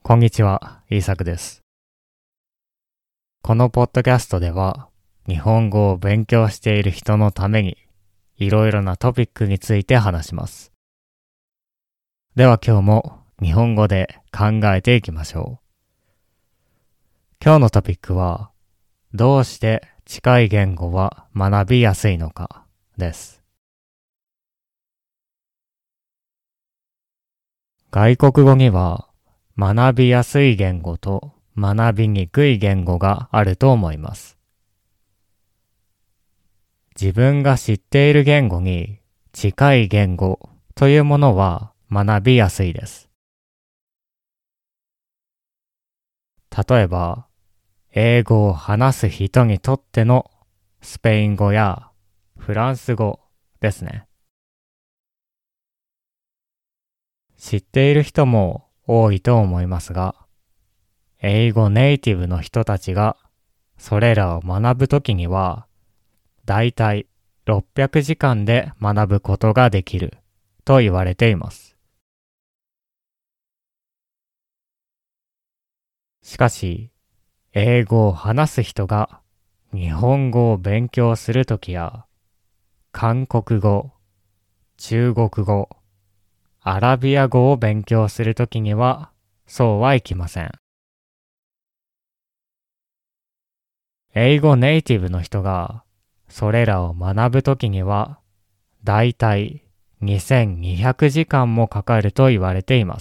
こんにちは、イーサクです。このポッドキャストでは、日本語を勉強している人のために、いろいろなトピックについて話します。では今日も日本語で考えていきましょう。今日のトピックは、どうして近い言語は学びやすいのかです。外国語には、学びやすい言語と学びにくい言語があると思います。自分が知っている言語に近い言語というものは学びやすいです。例えば、英語を話す人にとってのスペイン語やフランス語ですね。知っている人も多いと思いますが、英語ネイティブの人たちがそれらを学ぶときには、だいたい600時間で学ぶことができると言われています。しかし、英語を話す人が日本語を勉強するときや、韓国語、中国語、アラビア語を勉強するときには、そうはいきません。英語ネイティブの人がそれらを学ぶときには、だいたい2200時間もかかると言われています。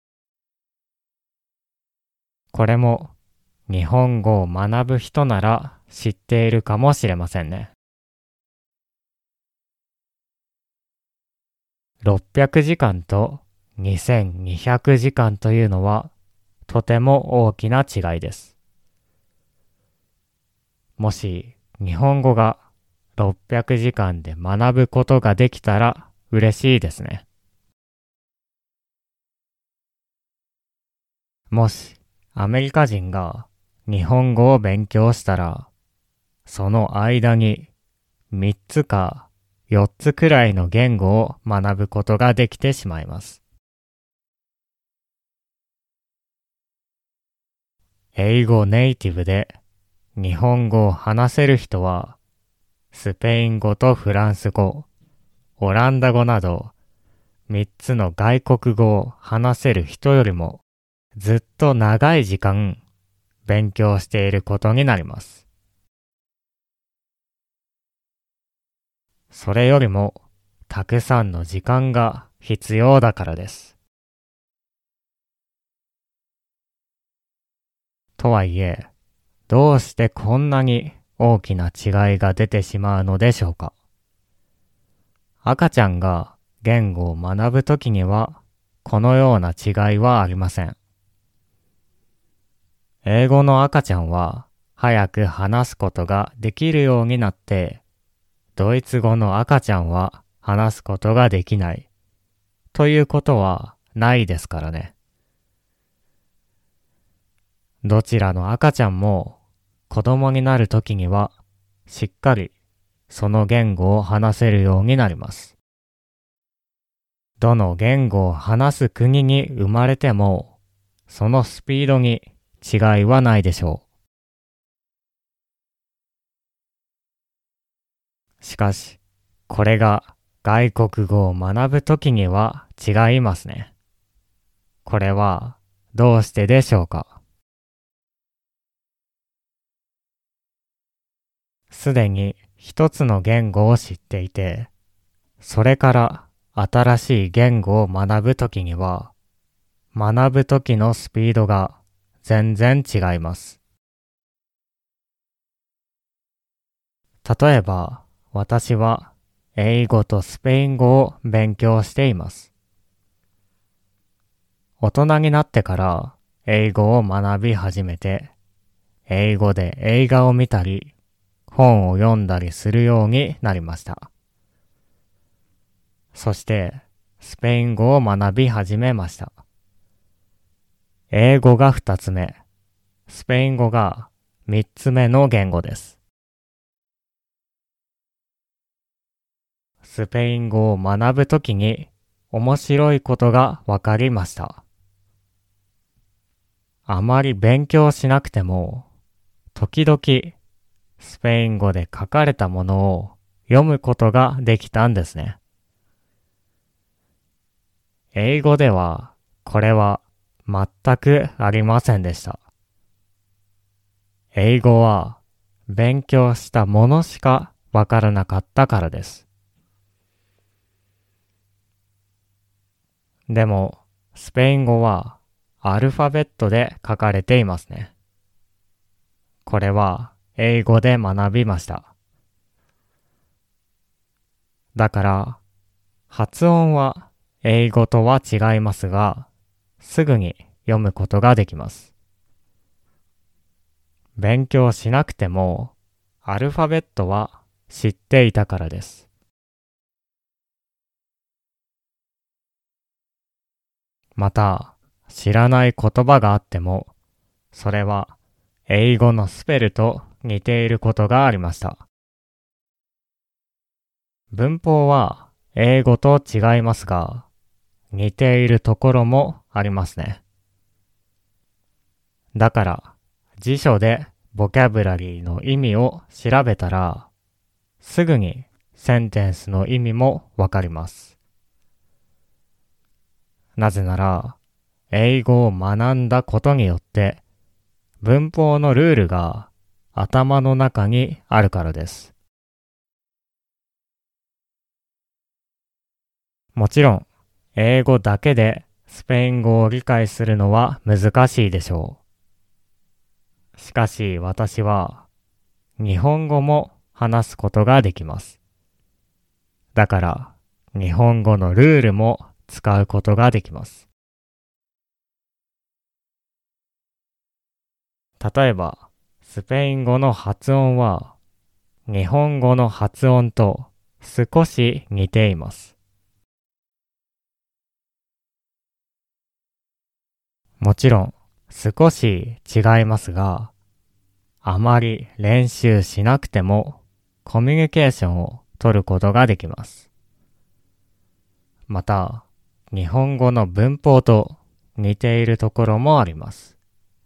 これも日本語を学ぶ人なら知っているかもしれませんね。600時間と2200時間というのはとても大きな違いです。もし日本語が600時間で学ぶことができたら嬉しいですね。もしアメリカ人が日本語を勉強したら、その間に3つか4つくらいの言語を学ぶことができてしまいます。英語ネイティブで日本語を話せる人は、スペイン語とフランス語、オランダ語など3つの外国語を話せる人よりもずっと長い時間勉強していることになります。それよりもたくさんの時間が必要だからです。とはいえ、どうしてこんなに大きな違いが出てしまうのでしょうか。赤ちゃんが言語を学ぶときには、このような違いはありません。英語の赤ちゃんは早く話すことができるようになって、ドイツ語の赤ちゃんは話すことができないということはないですからね。どちらの赤ちゃんも子供になるときにはしっかりその言語を話せるようになります。どの言語を話す国に生まれてもそのスピードに違いはないでしょう。しかし、これが外国語を学ぶときには違いますね。これはどうしてでしょうか。すでに一つの言語を知っていて、それから新しい言語を学ぶときには、学ぶときのスピードが全然違います。例えば、私は英語とスペイン語を勉強しています。大人になってから英語を学び始めて、英語で映画を見たり、本を読んだりするようになりました。そして、スペイン語を学び始めました。英語が2つ目、スペイン語が3つ目の言語です。スペイン語を学ぶときに面白いことがわかりました。 あまり勉強しなくても、時々スペイン語で書かれたものを読むことができたんですね。英語ではこれは全くありませんでした。英語は勉強したものしかわからなかったからです。でも、スペイン語はアルファベットで書かれていますね。これは英語で学びました。だから、発音は英語とは違いますが、すぐに読むことができます。勉強しなくても、アルファベットは知っていたからです。また、知らない言葉があっても、それは英語のスペルと似ていることがありました。文法は英語と違いますが、似ているところもありますね。だから、辞書でボキャブラリーの意味を調べたら、すぐにセンテンスの意味もわかります。なぜなら、英語を学んだことによって、文法のルールが頭の中にあるからです。もちろん、英語だけでスペイン語を理解するのは難しいでしょう。しかし私は日本語も話すことができます。だから日本語のルールも使うことができます。例えば、スペイン語の発音は日本語の発音と少し似ています。もちろん少し違いますが、あまり練習しなくてもコミュニケーションを取ることができます。また、日本語の文法と似ているところもあります。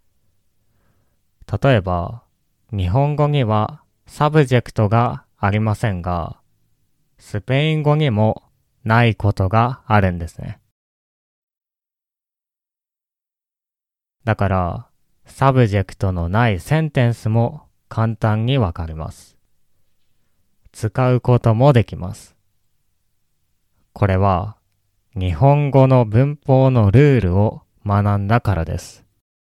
例えば、日本語にはサブジェクトがありませんが、スペイン語にもないことがあるんですね。だから、サブジェクトのないセンテンスも簡単にわかります。使うこともできます。これは、日本語の文法のルールを学んだからです。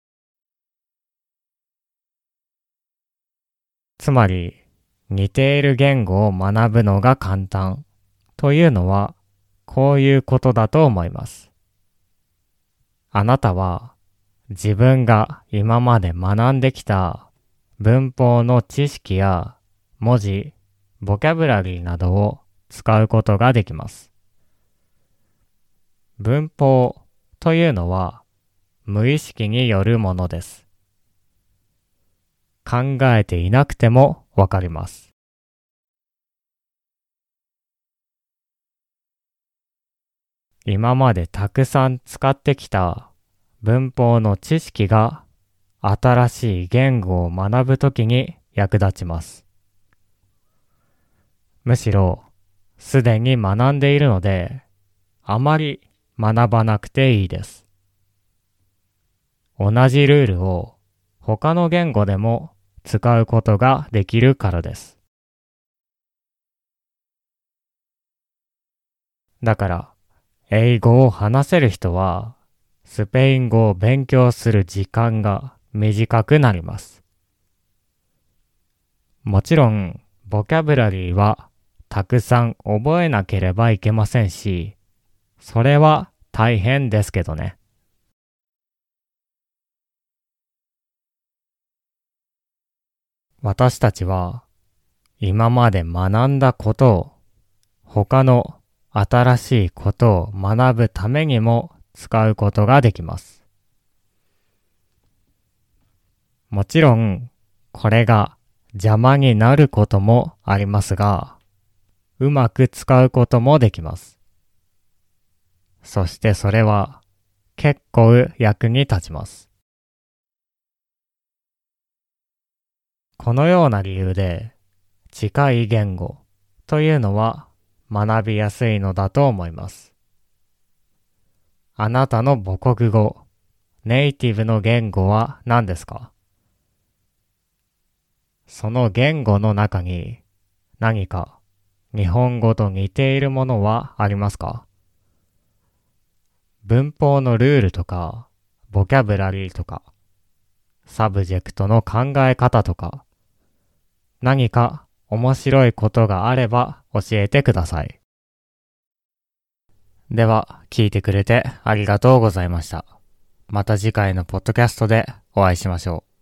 つまり、似ている言語を学ぶのが簡単というのは、こういうことだと思います。あなたは、自分が今まで学んできた文法の知識や文字、ボキャブラリーなどを使うことができます。文法というのは無意識によるものです。考えていなくてもわかります。今までたくさん使ってきた文法の知識が新しい言語を学ぶときに役立ちます。むしろすでに学んでいるのであまり学ばなくていいです。同じルールを他の言語でも使うことができるからです。だから英語を話せる人はスペイン語を勉強する時間が短くなります。もちろんボキャブラリーはたくさん覚えなければいけませんし、それは大変ですけどね。私たちは今まで学んだことを他の新しいことを学ぶためにも使うことができます。もちろんこれが邪魔になることもありますが、うまく使うこともできます。そしてそれは結構役に立ちます。 このような理由で近い言語というのは学びやすいのだと思います。あなたの母国語、ネイティブの言語は何ですか？その言語の中に何か日本語と似ているものはありますか？文法のルールとか、ボキャブラリーとか、サブジェクトの考え方とか、何か面白いことがあれば教えてください。では、聞いてくれてありがとうございました。また次回のポッドキャストでお会いしましょう。